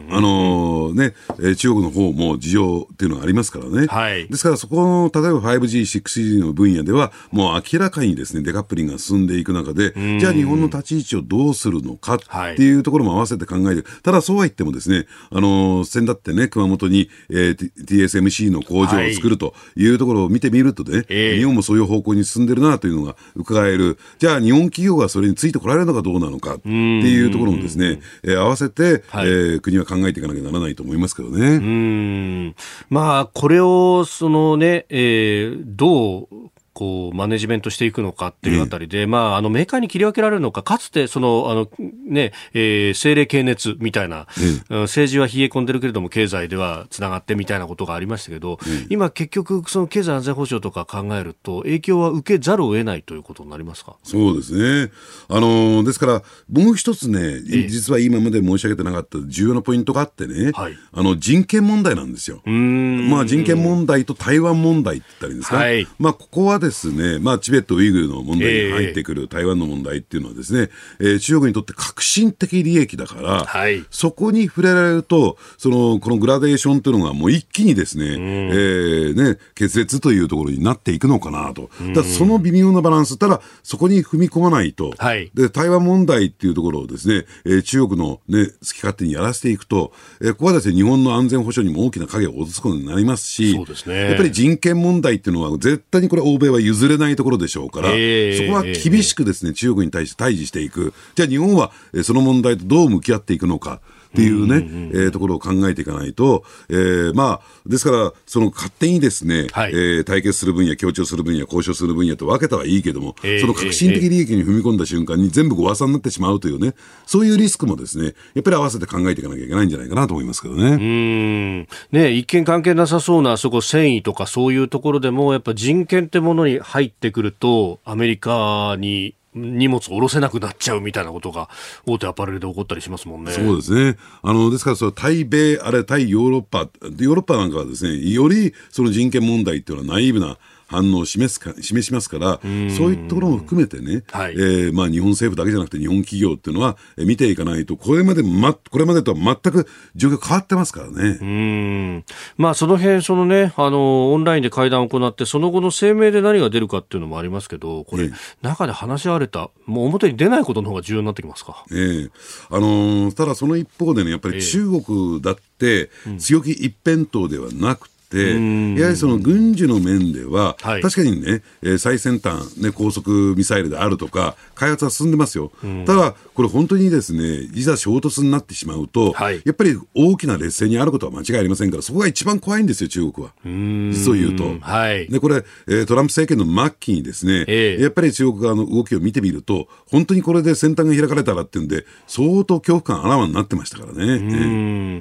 のー、ね、中国の方も事情っていうのがありますからね。はい、ですからそこの例えば ファイブジー、シックスジー の分野ではもう明らかにですねデカップリングが進んでいく中で、じゃあ日本の立ち位置をどうするのかっていうところも合わせて考える。ただそうは言ってもですね、あのー、先だってね熊本に、えー、ティーエスエムシー の工場を作るというところを見てみるとね、はい、日本もそういう方向に進んでるなというのが伺える。じゃあ日本企業がそれについてこられるのかどうなのかっていうところもですね、えー、合わせて、はい、えー、国は考えていかなきゃならないと思いますけどね。 うーん、まあこれをそのね、えー、どうこうマネジメントしていくのかっていうあたりで、ええ、まあ、あのメーカーに切り分けられるのか、かつてそのあの、ねえー、政令系熱みたいな、ええ、政治は冷え込んでるけれども経済ではつながってみたいなことがありましたけど、ええ、今結局その経済安全保障とか考えると影響は受けざるを得ないということになりますか。 そうですね、あのですからもう一つね、ええ、実は今まで申し上げてなかった重要なポイントがあってね、はい、あの人権問題なんですよ。うーん、まあ、人権問題と台湾問題って言ったらいいんですか、はい、まあ、ここはですね、まあ、チベットウイグルの問題に入ってくる台湾の問題っていうのはですね、えー、中国にとって革新的利益だから、はい、そこに触れられるとそのこのグラデーションというのがもう一気にですね、えー、ね決裂というところになっていくのかなと。だからその微妙なバランス、ただそこに踏み込まないと、はい、で台湾問題っていうところをですね、えー、中国の、ね、好き勝手にやらせていくと、えー、ここはですね日本の安全保障にも大きな影を落とすことになりますし、そうですね、やっぱり人権問題っていうのは絶対にこれ欧米は譲れないところでしょうから、えー、そこは厳しくですね、中国に対して対峙していく。じゃあ日本はその問題とどう向き合っていくのかっていうね、うんうんうん、えー、ところを考えていかないと、えー、まあですからその勝手にですね、はい、えー、対決する分野、協調する分野、交渉する分野と分けたはいいけども、えー、その革新的利益に踏み込んだ瞬間に全部ごわさになってしまうというね、そういうリスクもですねやっぱり合わせて考えていかなきゃいけないんじゃないかなと思いますけどね。うーん、ね、一見関係なさそうなそこ繊維とかそういうところでもやっぱ人権ってものに入ってくるとアメリカに荷物を下ろせなくなっちゃうみたいなことが大手アパレルで起こったりしますもんね。 そうですね、あのですからその対米あれ対ヨーロッパヨーロッパなんかはですねよりその人権問題っていうのはナイーブな反応を示すか示しますから、そういうところも含めてね、はい、えーまあ、日本政府だけじゃなくて日本企業っていうのは、えー、見ていかないとこれまで、ま、これまでとは全く状況変わってますからね。うーん、まあ、その辺その、ね、あのオンラインで会談を行ってその後の声明で何が出るかっていうのもありますけど、これ、えー、中で話し合われたもう表に出ないことの方が重要になってきますか。 えーあのー、ただその一方でねやっぱり中国だって強気一辺倒ではなくて、やはりその軍事の面では、はい、確かにね、えー、最先端、ね、高速ミサイルであるとか開発は進んでますよ。ただこれ本当にですねいざ衝突になってしまうと、はい、やっぱり大きな劣勢にあることは間違いありませんから、そこが一番怖いんですよ中国は。実を言うと、はい、でこれ、えー、トランプ政権の末期にですね、えー、やっぱり中国側の動きを見てみると本当にこれで先端が開かれたらっていうんで相当恐怖感あらわになってましたからね。うん、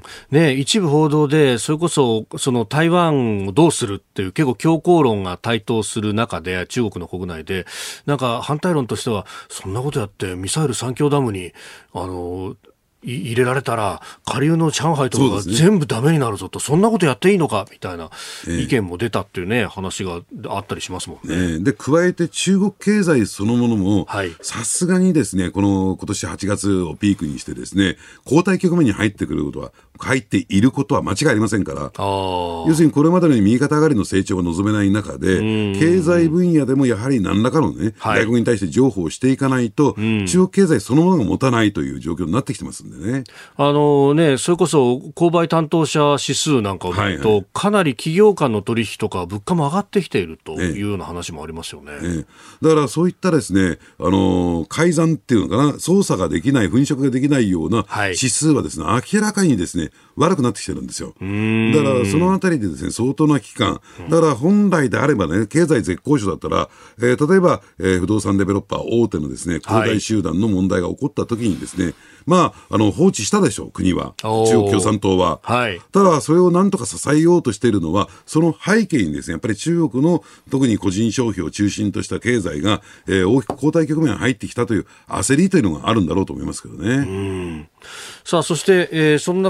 ね、一部報道でそれこそその台湾をどうするっていう結構強硬論が台頭する中で中国の国内でなんか反対論としてはそんなことやってミサイル三峡ダムにあの入れられたら下流の上海とかが全部ダメになるぞと、 そ, ね、そんなことやっていいのかみたいな意見も出たっていうね、えー、話があったりしますもんね。えー、で加えて中国経済そのものもさすがにですねこの今年はちがつをピークにしてですね後退局面に入ってくることは入っていることは間違いありませんから、要するにこれまでの右肩上がりの成長が望めない中で経済分野でもやはり何らかのね、はい、外国に対して譲歩をしていかないと中国経済そのものが持たないという状況になってきてますんでね。 あのね、それこそ購買担当者指数なんかを見ると、はいはい、かなり企業間の取引とか物価も上がってきているというような話もありますよね。ええええ、 だからそういったですね、あのー、改ざんっていうのかな、操作ができない粉飾ができないような指数はですね、はい、明らかにですね悪くなってきてるんですよ。うーん、だからそのあたりでですね相当な危機感、だから本来であればね経済絶好調だったら、えー、例えば、えー、不動産デベロッパー大手のですね恒大集団の問題が起こった時にですね、はい、まあ、あの放置したでしょう国は、中国共産党は、はい、ただそれをなんとか支えようとしているのはその背景にですねやっぱり中国の特に個人消費を中心とした経済が、えー、大きく後退局面に入ってきたという焦りというのがあるんだろうと思いますけどね。うん、 さあそして、えー、その中でもう一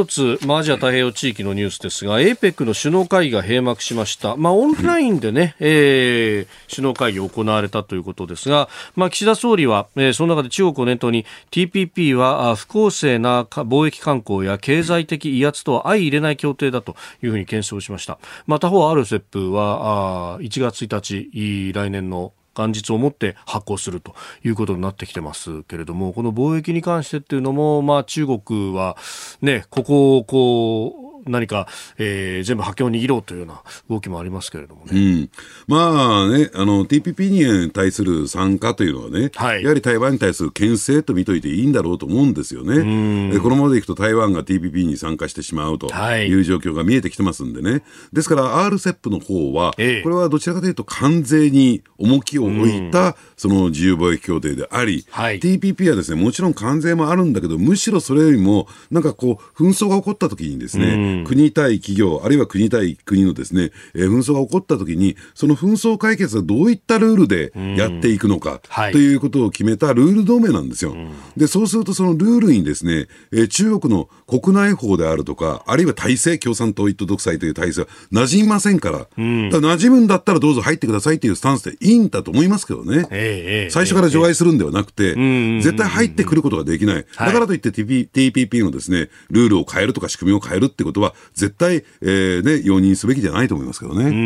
つ、まあ、アジア太平洋地域のニュースですが エーペック の首脳会議が閉幕しました。まあ、オンラインでね、うんえー、首脳会議行われたということですが、まあ、岸田総理は、えー、その中で中国を念頭に ティーピーピー は不公正な貿易慣行や経済的威圧とは相入れない協定だというふうに検証しました。また他方 アールセップ はあいちがつついたち来年の元日をもって発行するということになってきてますけれども、この貿易に関してっていうのも、まあ、中国は、ね、ここをこう何か、えー、全部覇権を握ろうというような動きもありますけれどもね、うん、 まあねあの ティーピーピー に対する参加というのはね、はい、やはり台湾に対する牽制と見といていいんだろうと思うんですよね。うんこのままでいくと台湾が ティーピーピー に参加してしまうという状況が見えてきてますんでね、はい、ですから アールセップ の方は、ええ、これはどちらかというと関税に重きを置いたその自由貿易協定であり、はい、ティーピーピー はですねもちろん関税もあるんだけどむしろそれよりもなんかこう紛争が起こった時にですね国対企業あるいは国対国のですね、えー、紛争が起こったときにその紛争解決がどういったルールでやっていくのか、はい、ということを決めたルール同盟なんですよ。でそうするとそのルールにですね、えー、中国の国内法であるとかあるいは体制共産党一党独裁という体制は馴染みませんから、うん、だから馴染むんだったらどうぞ入ってくださいというスタンスでいいんだと思いますけどね、えー、最初から除外するんではなくて、えー、絶対入ってくることができない、だからといって ティーピーピー のですねルールを変えるとか仕組みを変えるってことは絶対、えーね、容認すべきじゃないと思いますけどね。 うん、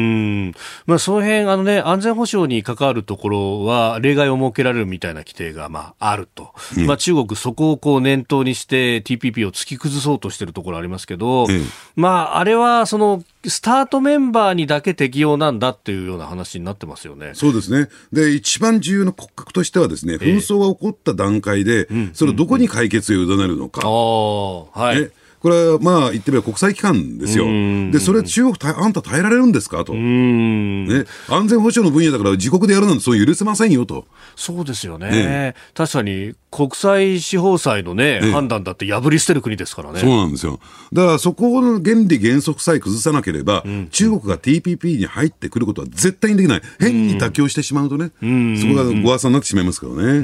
まあ、その辺あの、ね、安全保障に関わるところは例外を設けられるみたいな規定が、まあ、あると、うんまあ、中国そこをこう念頭にして ティーピーピー を突き崩そうとしているところありますけど、うんまあ、あれはそのスタートメンバーにだけ適用なんだっていうような話になってますよね。 そうですね。で一番重要な骨格としてはですね紛争が起こった段階で、えー、それをどこに解決を委ねるのか、うんうんうん、はいねこれはまあ言ってみれば国際機関ですよ。でそれ中国あんた耐えられるんですかと、うんね、安全保障の分野だから自国でやるなんてそう許せませんよと。 そうですよね、ね確かに国際司法裁の、ねね、判断だって破り捨てる国ですからね。 そうなんですよ。だからそこの原理原則さえ崩さなければ、うん、中国が ティーピーピー に入ってくることは絶対にできない。変に妥協してしまうとね、うん、そこがご破算になってしまいますけどね、うん、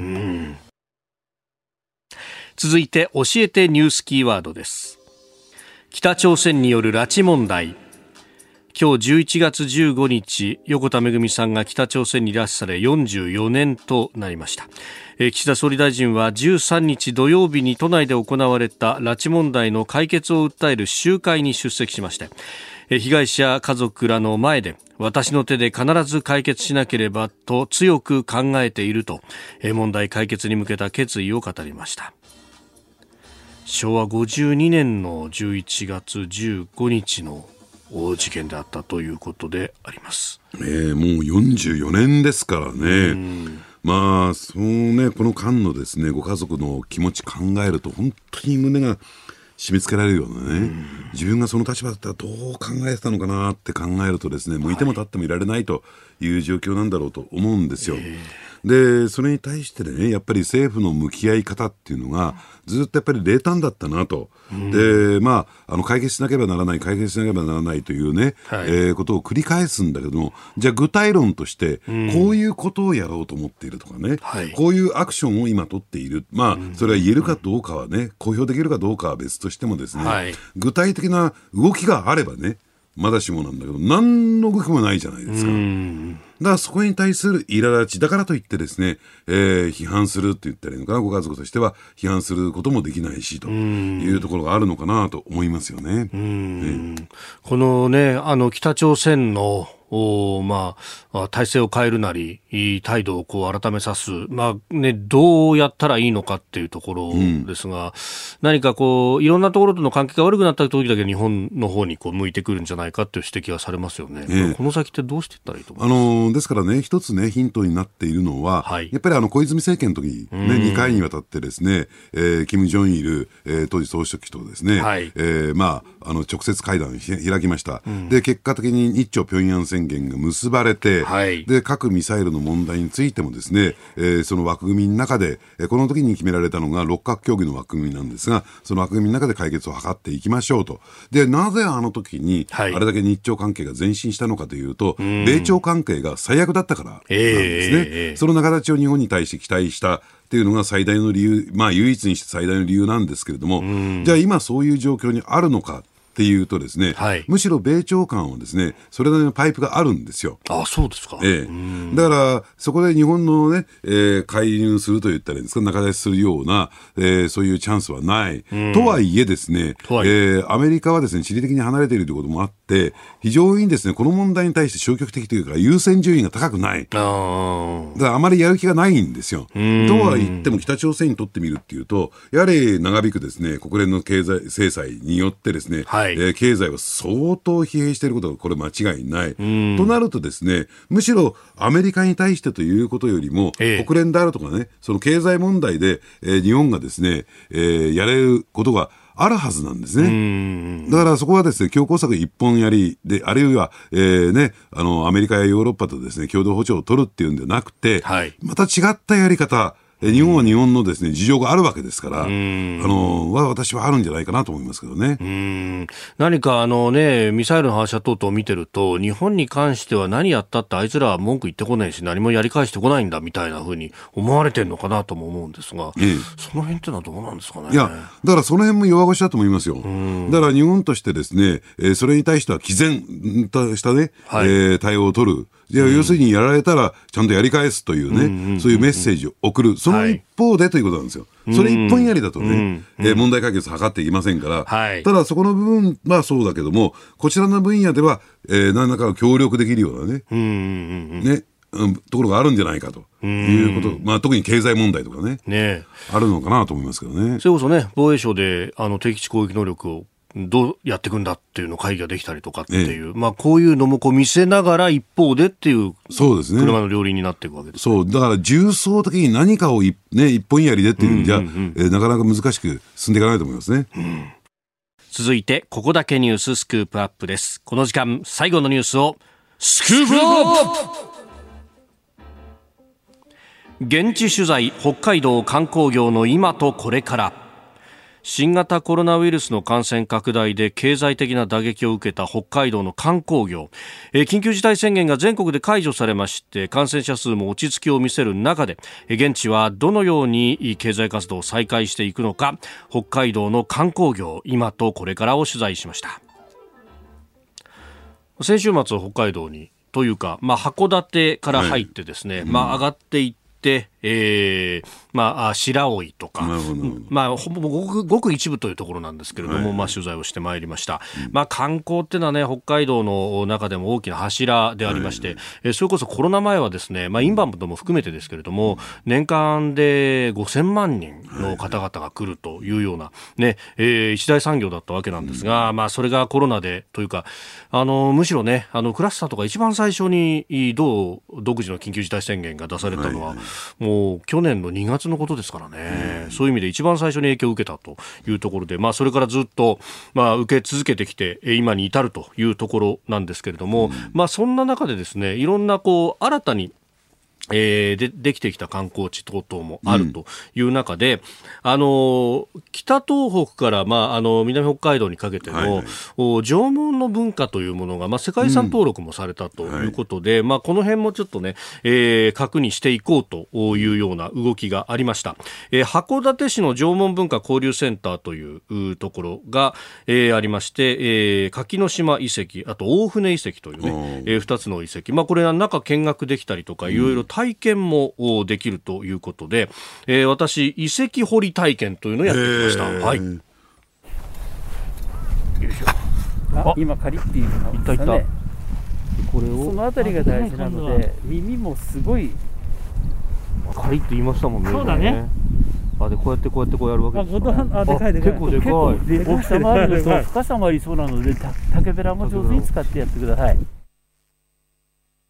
続いて教えてニュースキーワードです。北朝鮮による拉致問題。今日じゅういちがつじゅうごにち横田めぐみさんが北朝鮮に拉致されよんじゅうよねんとなりました。え岸田総理大臣はじゅうさんにち土曜日に都内で行われた拉致問題の解決を訴える集会に出席しまして、え被害者家族らの前で私の手で必ず解決しなければと強く考えていると、え問題解決に向けた決意を語りました。しょうわごじゅうにねんのじゅういちがつじゅうごにちの事件であったということであります、 えー、もうよんじゅうよねんですからね。まあそうねこの間のですねご家族の気持ち考えると本当に胸が締め付けられるようなね、自分がその立場だったらどう考えてたのかなって考えるとですねもういても立ってもいられないという状況なんだろうと思うんですよ、えーでそれに対してねやっぱり政府の向き合い方っていうのがずっとやっぱり冷淡だったなと、うん、でまああの解決しなければならない解決しなければならないというね、はいえー、ことを繰り返すんだけども、じゃあ具体論としてこういうことをやろうと思っているとかね、うん、こういうアクションを今取っている、まあそれは言えるかどうかはね公表できるかどうかは別としてもですね、はい、具体的な動きがあればねまだしもなんだけど何の動きもないじゃないですか。うんだからそこに対する苛立ちだからといってですね、えー、批判するって言ったらいいのかな、ご家族としては批判することもできないしというところがあるのかなと思いますよね。うん、 ねこのねあの北朝鮮のおまあ、体制を変えるなり態度をこう改めさす、まあね、どうやったらいいのかっていうところですが、うん、何かこういろんなところとの関係が悪くなった時だけ日本の方にこう向いてくるんじゃないかっていう指摘がされますよね、えー、この先ってどうしていったらいいと思いますか。 あのー、ですからね一つねヒントになっているのは、はい、やっぱりあの小泉政権の時に、ね、にかいにわたってですね、えー、キム・ジョンイル、えー、当時総書記とですね、はいえーまあ、あの直接会談を開きました、うん、で結果的に日朝平壌宣宣言が結ばれて、はい、で核ミサイルの問題についてもですね、えー、その枠組みの中で、えー、この時に決められたのが六角協議の枠組みなんですが、その枠組みの中で解決を図っていきましょうと。でなぜあの時にあれだけ日朝関係が前進したのかというと、はい、米朝関係が最悪だったからなんですね、えー、その仲立ちを日本に対して期待したっていうのが最大の理由、まあ唯一にして最大の理由なんですけれども、じゃあ今そういう状況にあるのかっていうとですね、はい、むしろ米朝間はですね、それなりのパイプがあるんですよ。 ああ、そうですか。 ええ、だからそこで日本のね、えー、介入すると言ったらいいんですか、仲立ちするような、えー、そういうチャンスはない。とはいえですね、はい、えー、アメリカはですね、地理的に離れているということもあって、非常にですね、この問題に対して消極的というか優先順位が高くない。あだからあまりやる気がないんですよ。とは言っても北朝鮮にとってみるっていうと、やはり長引くですね、国連の経済制裁によってですね、はい、えー、経済は相当疲弊していることがこれ間違いない。となるとですね、むしろアメリカに対してということよりも、ええ、国連であるとかね、その経済問題で、えー、日本がですね、えー、やれることがあるはずなんですね。だからそこはですね、強硬策一本やりで、あるいは、えーね、あのアメリカやヨーロッパとですね、共同歩調を取るっていうんではなくて、はい、また違ったやり方、日本は日本のですね、事情があるわけですから、あのは私はあるんじゃないかなと思いますけどね。 うーん、何かあのね、ミサイルの発射等々を見てると、日本に関しては何やったってあいつらは文句言ってこないし、何もやり返してこないんだみたいな風に思われてるのかなとも思うんですが、ええ、その辺ってのはどうなんですかね。 いや、だからその辺も弱腰だと思いますよ。だから日本としてですね、えー、それに対しては毅然としたね、はい、えー、対応を取る。じゃあ要するにやられたらちゃんとやり返すというね、うんうんうん、そういうメッセージを送る、その一方でということなんですよ。はい、それ一本やりだとね、うんうんえー、問題解決を図っていきませんから、はい、ただそこの部分はそうだけども、こちらの分野では、えー、何らかの協力できるようなね、うんうんうんね、うん、ところがあるんじゃないかということ、まあ、特に経済問題とか ね, ねあるのかなと思いますけどね。 それこそね、防衛省であの敵基地攻撃能力をどうやっていくんだっていうの会議ができたりとかっていう、ええ、まあ、こういうのもこう見せながら一方でっていうそうですね、 車の両輪になっていくわけです、ね、 そうだから重層的に何かを一、ね、一本やりでっていうんじゃ、うんうんうんえー、なかなか難しく進んでいかないと思いますね、うん、 続いてここだけニューススクープアップです。この時間最後のニュースをスクープアップ。現地取材、北海道観光業の今とこれから。新型コロナウイルスの感染拡大で経済的な打撃を受けた北海道の観光業、えー、緊急事態宣言が全国で解除されまして感染者数も落ち着きを見せる中で、えー、現地はどのように経済活動を再開していくのか、北海道の観光業今とこれからを取材しました。先週末北海道にというか、まあ、函館から入ってですね、はい、まあ、上がっていってでえーまあ、白老とか、まあ、ほぼごく、ごく一部というところなんですけれども、はいまあ、取材をしてまいりました、うんまあ、観光っていうのはね、北海道の中でも大きな柱でありまして、はいえー、それこそコロナ前はですね、まあ、インバウンドも含めてですけれども、うん、年間でごせんまんにんの方々が来るというような、ねえー、一大産業だったわけなんですが、うんまあ、それがコロナでというか、あのむしろね、あのクラスターとか一番最初に同独自の緊急事態宣言が出されたのは、はいもう去年のにがつのことですからね、うん、そういう意味で一番最初に影響を受けたというところで、まあ、それからずっと、まあ、受け続けてきて今に至るというところなんですけれども、うんまあ、そんな中でですね、いろんなこう新たにえー、で, できてきた観光地等々もあるという中で、うん、あの北東北から、まあ、あの南北海道にかけての、はいはい、縄文の文化というものが、まあ、世界遺産登録もされたということで、うんはいまあ、この辺もちょっとね、えー、確認していこうというような動きがありました。えー、函館市の縄文文化交流センターというところが、えー、ありまして、えー、柿の島遺跡、あと大船遺跡というね、えー、ふたつの遺跡、まあ、これは中見学できたりとかいろいろ体験もできるということで、えー、私遺跡掘り体験というのをやってきました。はい。よいしょ。 あ、今カリっていうのが、ね、いったいった。これをそのあたりが大事なので、耳もすごいカリって言いましたもんね。 そうだね。 あでこうやってこうやってこうやるわけですか。 あ、でかいでかい。 結構でかい。 大きさもあるのと深さもありそうなので、竹べらも上手に使ってやってください。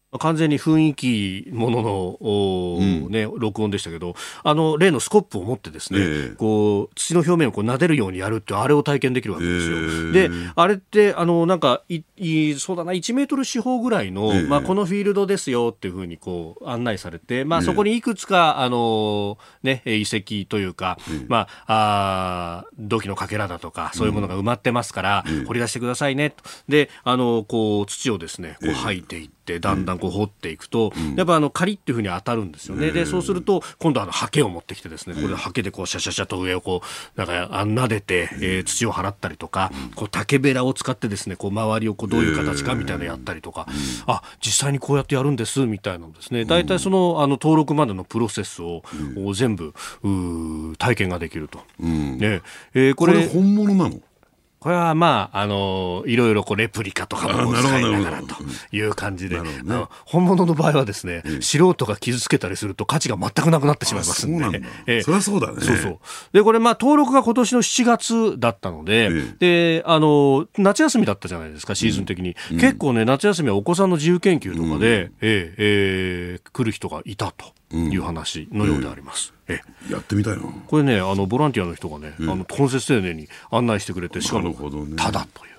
完全に雰囲気ものの、うんね、録音でしたけど、あの例のスコップを持ってですね、えー、こう土の表面をこう撫でるようにやるってあれを体験できるわけですよ、えー、であれってあのなんかいいそうだないちメートル四方ぐらいの、えーまあ、このフィールドですよっていうふうにこう案内されて、まあ、そこにいくつかあの、ね、遺跡というか、えーまあ、あ土器のかけらだとかそういうものが埋まってますから、うん、掘り出してくださいねと。であのこう土をですねこう吐いていってだんだんこう掘っていくと、うん、やっぱあのカリッっていう風に当たるんですよね、うん、でそうすると今度はあのハケを持ってきてですね、これハケでこうシャシャシャと上をこうなんか撫でて、うんえー、土を払ったりとか、うん、こう竹べらを使ってですねこう周りをこうどういう形かみたいなのやったりとか、うん、あ実際にこうやってやるんですみたいなのですね、だいたいその、あの登録までのプロセスを、うん、全部う体験ができると、うんねえー、これ、 これ本物なの？ これはまあ、あのいろいろこうレプリカとかも使いながらという感じで、ね、あの本物の場合はですね、うん、素人が傷つけたりすると価値が全くなくなってしまいますんで、 そうなんだ、えー、そりゃそうだね。 そうそう。でこれまあ登録が今年のしちがつだったので、えー、であの夏休みだったじゃないですかシーズン的に、うん、結構ね夏休みはお子さんの自由研究とかで、うんえーえー、来る人がいたという話のようであります、うんええ、やってみたいな。 これねあのボランティアの人がね、うん、あの懇切丁寧に案内してくれて、しかもタダという、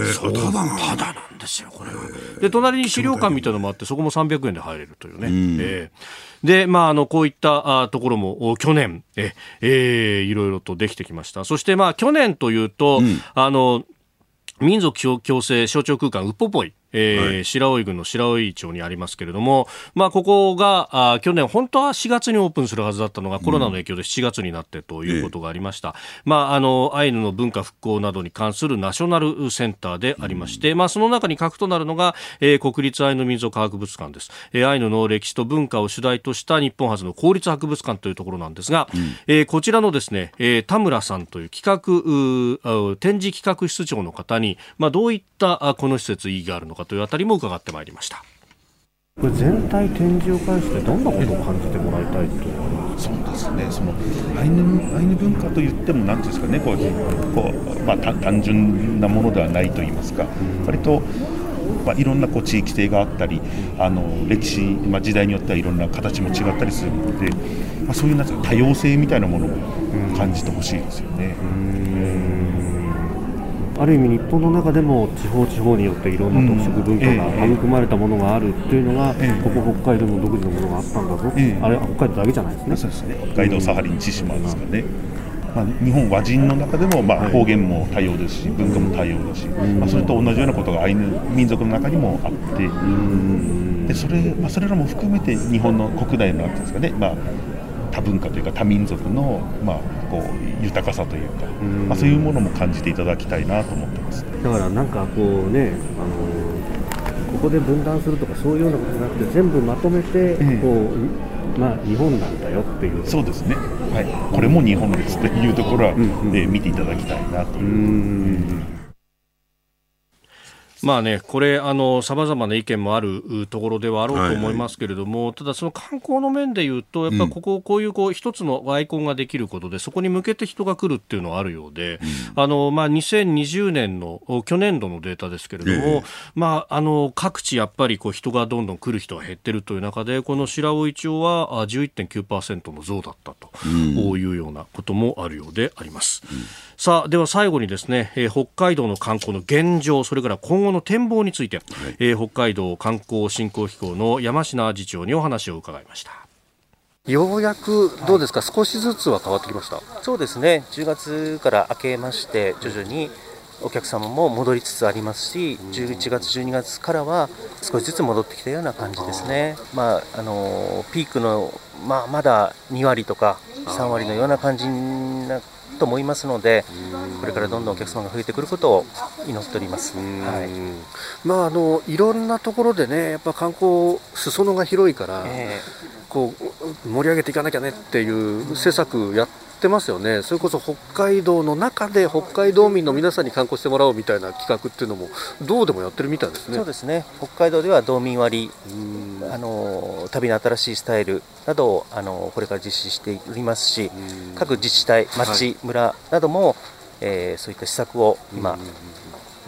えー、そうただなただなんですよこれは、えー、で隣に資料館みたいなのもあってそこもさんびゃくえんで入れるというね、うんえー、でまああのこういったあところも去年え、えー、いろいろとできてきました。そしてまあ去年というと、うん、あの民族共生象徴空間ウポポイえーはい、白老郡の白老町にありますけれども、まあ、ここがあ去年本当はしがつにオープンするはずだったのが、うん、コロナの影響でしちがつになってということがありました、ええまあ、あのアイヌの文化復興などに関するナショナルセンターでありまして、うんまあ、その中に核となるのが、えー、国立アイヌ民族博物館です、えー、アイヌの歴史と文化を主題とした日本初の公立博物館というところなんですが、うんえー、こちらのですね、えー、田村さんという企画展示企画室長の方に、まあ、どういったこの施設意義があるのかというあたりも伺ってまいりました。 これ全体展示を介してどんなことを感じてもらいたいというのは。 そうですね、そのアイヌ、アイヌ文化といっても何ていうんですかね、こうこう、まあ、単純なものではないといいますか、うん、割と、まあ、いろんなこう地域性があったり、あの歴史、まあ、時代によってはいろんな形も違ったりするので、まあ、そういうなんか多様性みたいなものを感じてほしいですよね。うんある意味日本の中でも地方地方によっていろんな特色文化が育まれたものがあるっていうのが、ええ、ここ北海道の独自のものがあったんだぞ、ええ、あれは北海道だけじゃないですね。 そうですね、北海道、サハリン、千島ですかね、まあ、日本和人の中でも、まあ、方言も多様ですし、はい、文化も多様だし、まあ、それと同じようなことがアイヌ民族の中にもあって、で そ, れ、まあ、それらも含めて日本の国内のなんていうんですかね、まあ多文化というか多民族の、まあ、こう豊かさというか、うまあ、そういうものも感じていただきたいなと思ってます。 だからなんかこうね、あのここで分断するとかそういうようなことじゃなくて全部まとめてこう、ええまあ、日本なんだよっていう。 そうですね、はい、これも日本ですというところは、うんうんえー、見ていただきたいなという。うんまあね、これあの様々な意見もあるところではあろうと思いますけれども、はいはい、ただその観光の面でいうとやっぱここ、うん、こういうこう一つのアイコンができることでそこに向けて人が来るっていうのはあるようで、うん、あのまあにせんにじゅうねんの去年度のデータですけれども、えー、まああの各地やっぱりこう人がどんどん来る人が減ってるという中でこの白老町は じゅういってんきゅうパーセント の増だったというようなこともあるようであります。うんさあでは最後にですね、えー、北海道の観光の現状それから今後の展望について、はいえー、北海道観光振興機構の山科次長にお話を伺いました。 ようやくどうですか、はい、少しずつは変わってきました。 そうですね、じゅうがつから明けまして徐々にお客様も戻りつつありますし、じゅういちがつじゅうにがつからは少しずつ戻ってきたような感じですね。まああのピークの、まあ、まだにわりとかさんわりのような感じになと思いますので、これからどんどんお客様が増えてくることを祈っております。はい、 まああのいろんなところでね、やっぱ観光裾野が広いから、えー、こう盛り上げていかなきゃねっていう施策やってますよね。それこそ北海道の中で北海道民の皆さんに観光してもらおうみたいな企画っていうのもどうでもやってるみたいですね。 そうですね、北海道では道民割、あの旅の新しいスタイルなどをあのこれから実施しておりますし、各自治体、町、はい、村なども、えー、そういった施策を今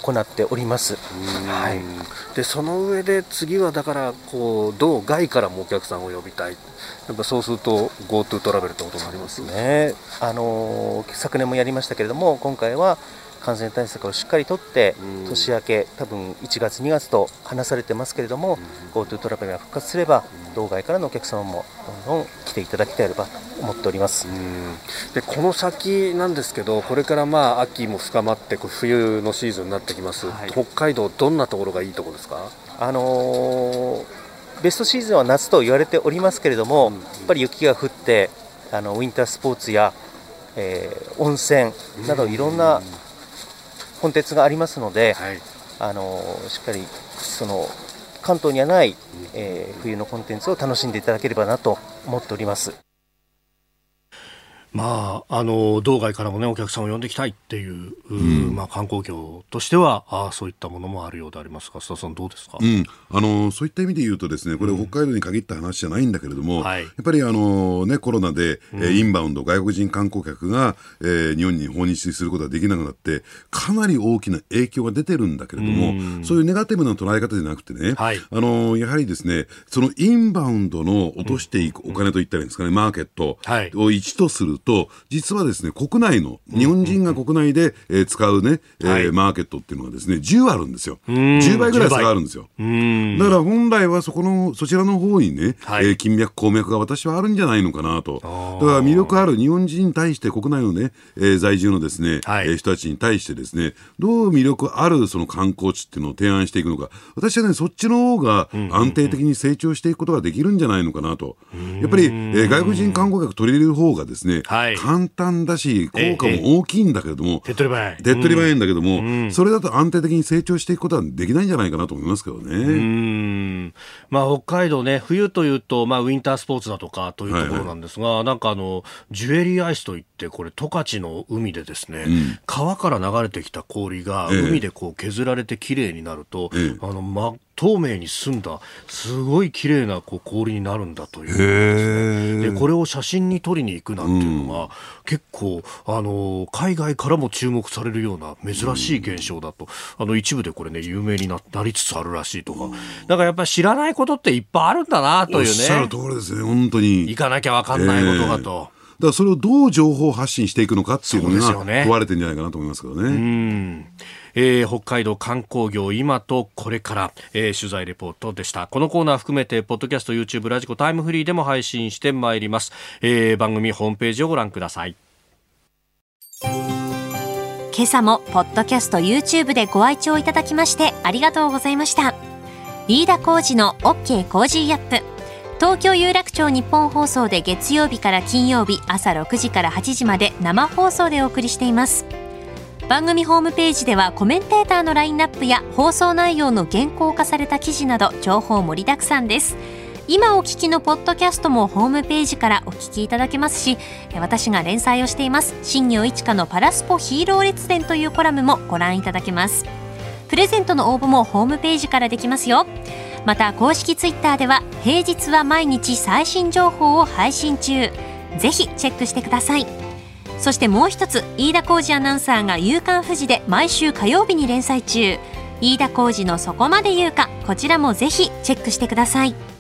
行っております。はい、 でその上で次はだからこう道外からもお客さんを呼びたい、やっぱそうすると GoTo トラベルってことになりますね。あの昨年もやりましたけれども、今回は感染対策をしっかりとって年明け多分いちがつにがつと話されてますけれども、うん、GoTo トラベルが復活すれば道外からのお客様もどんどん来ていただきたいと思っております。うん、 でこの先なんですけど、これからまあ秋も深まって冬のシーズンになってきます、はい、北海道どんなところがいいところですか？ あのー、ベストシーズンは夏と言われておりますけれども、うん、やっぱり雪が降ってあのウィンタースポーツや、えー、温泉などいろんなコンテンツがありますので、はい、あのしっかりその関東にはない、えー、冬のコンテンツを楽しんでいただければなと思っております。 まあ、あの道外からも、ね、お客さんを呼んでいきたいっていう、うん、まあ、観光業としてはあそういったものもあるようでありますが、須田さんどうですか？ うん、あのそういった意味で言うとですね、これ北海道に限った話じゃないんだけれども、うん、はい、やっぱりあの、ね、コロナで、うん、インバウンド外国人観光客が、えー、日本に訪日することができなくなってかなり大きな影響が出てるんだけれども、うん、そういうネガティブな捉え方じゃなくてね、はい、あのやはりですね、そのインバウンドの落としていくお金といったらいいんですかね、マーケットをいちとすると、実はですね、国内の日本人が国内で、えー、使うね、えーはい、マーケットっていうのがですねじゅうあるんですよ。じゅうばいぐらい差があるんですよ。だから本来はそこのそちらの方にね、はい、えー、金脈鉱脈が私はあるんじゃないのかなと。だから魅力ある日本人に対して国内のね、えー、在住のですね、はい、えー、人たちに対してですね、どう魅力あるその観光地っていうのを提案していくのか、私はねそっちの方が安定的に成長していくことができるんじゃないのかなと。やっぱり、えー、外国人観光客取り入れる方がですね、はい、簡単だし効果も大きいんだけれども、 手っ取り早い手っ取り早いんだけども、うん、それだと安定的に成長していくことはできないんじゃないかなと思いますけどね。うーん、まあ、北海道ね、冬というと、まあ、ウィンタースポーツだとかというところなんですが、はいはい、なんかあのジュエリーアイスといってこれ十勝の海でですね、うん、川から流れてきた氷が海でこう削られてきれいになると、ええ、あの真透明に澄んだすごい綺麗なこう氷になるんだというですね。でこれを写真に撮りに行くなんていうのが、うん、結構あの海外からも注目されるような珍しい現象だと、うん、あの一部でこれね有名に な, なりつつあるらしいとか、うん、だからやっぱり知らないことっていっぱいあるんだなというね。おっしゃる通りですね、本当に行かなきゃ分かんないことがと、えー、だからそれをどう情報発信していくのかっていうのが問われてるんじゃないかなと思いますけどね。うん、 えー、北海道観光業今とこれから、えー、取材レポートでした。このコーナー含めてポッドキャスト、 YouTube、 ラジコ、タイムフリーでも配信してまいります。えー、番組ホームページをご覧ください。 今朝もポッドキャスト YouTube でご愛聴いただきましてありがとうございました。飯田浩司の OK コージーアップ、東京有楽町日本放送で月曜日から金曜日朝ろくじからはちじまで生放送でお送りしています。番組ホームページではコメンテーターのラインナップや放送内容の原稿化された記事など情報盛りだくさんです。今お聞きのポッドキャストもホームページからお聞きいただけますし、私が連載をしています新業一華のパラスポヒーロー列伝というコラムもご覧いただけます。プレゼントの応募もホームページからできますよ。また公式ツイッターでは平日は毎日最新情報を配信中、ぜひチェックしてください。そしてもう一つ、飯田浩司アナウンサーが夕刊フジで毎週火曜日に連載中、飯田浩司のそこまで言うか、こちらもぜひチェックしてください。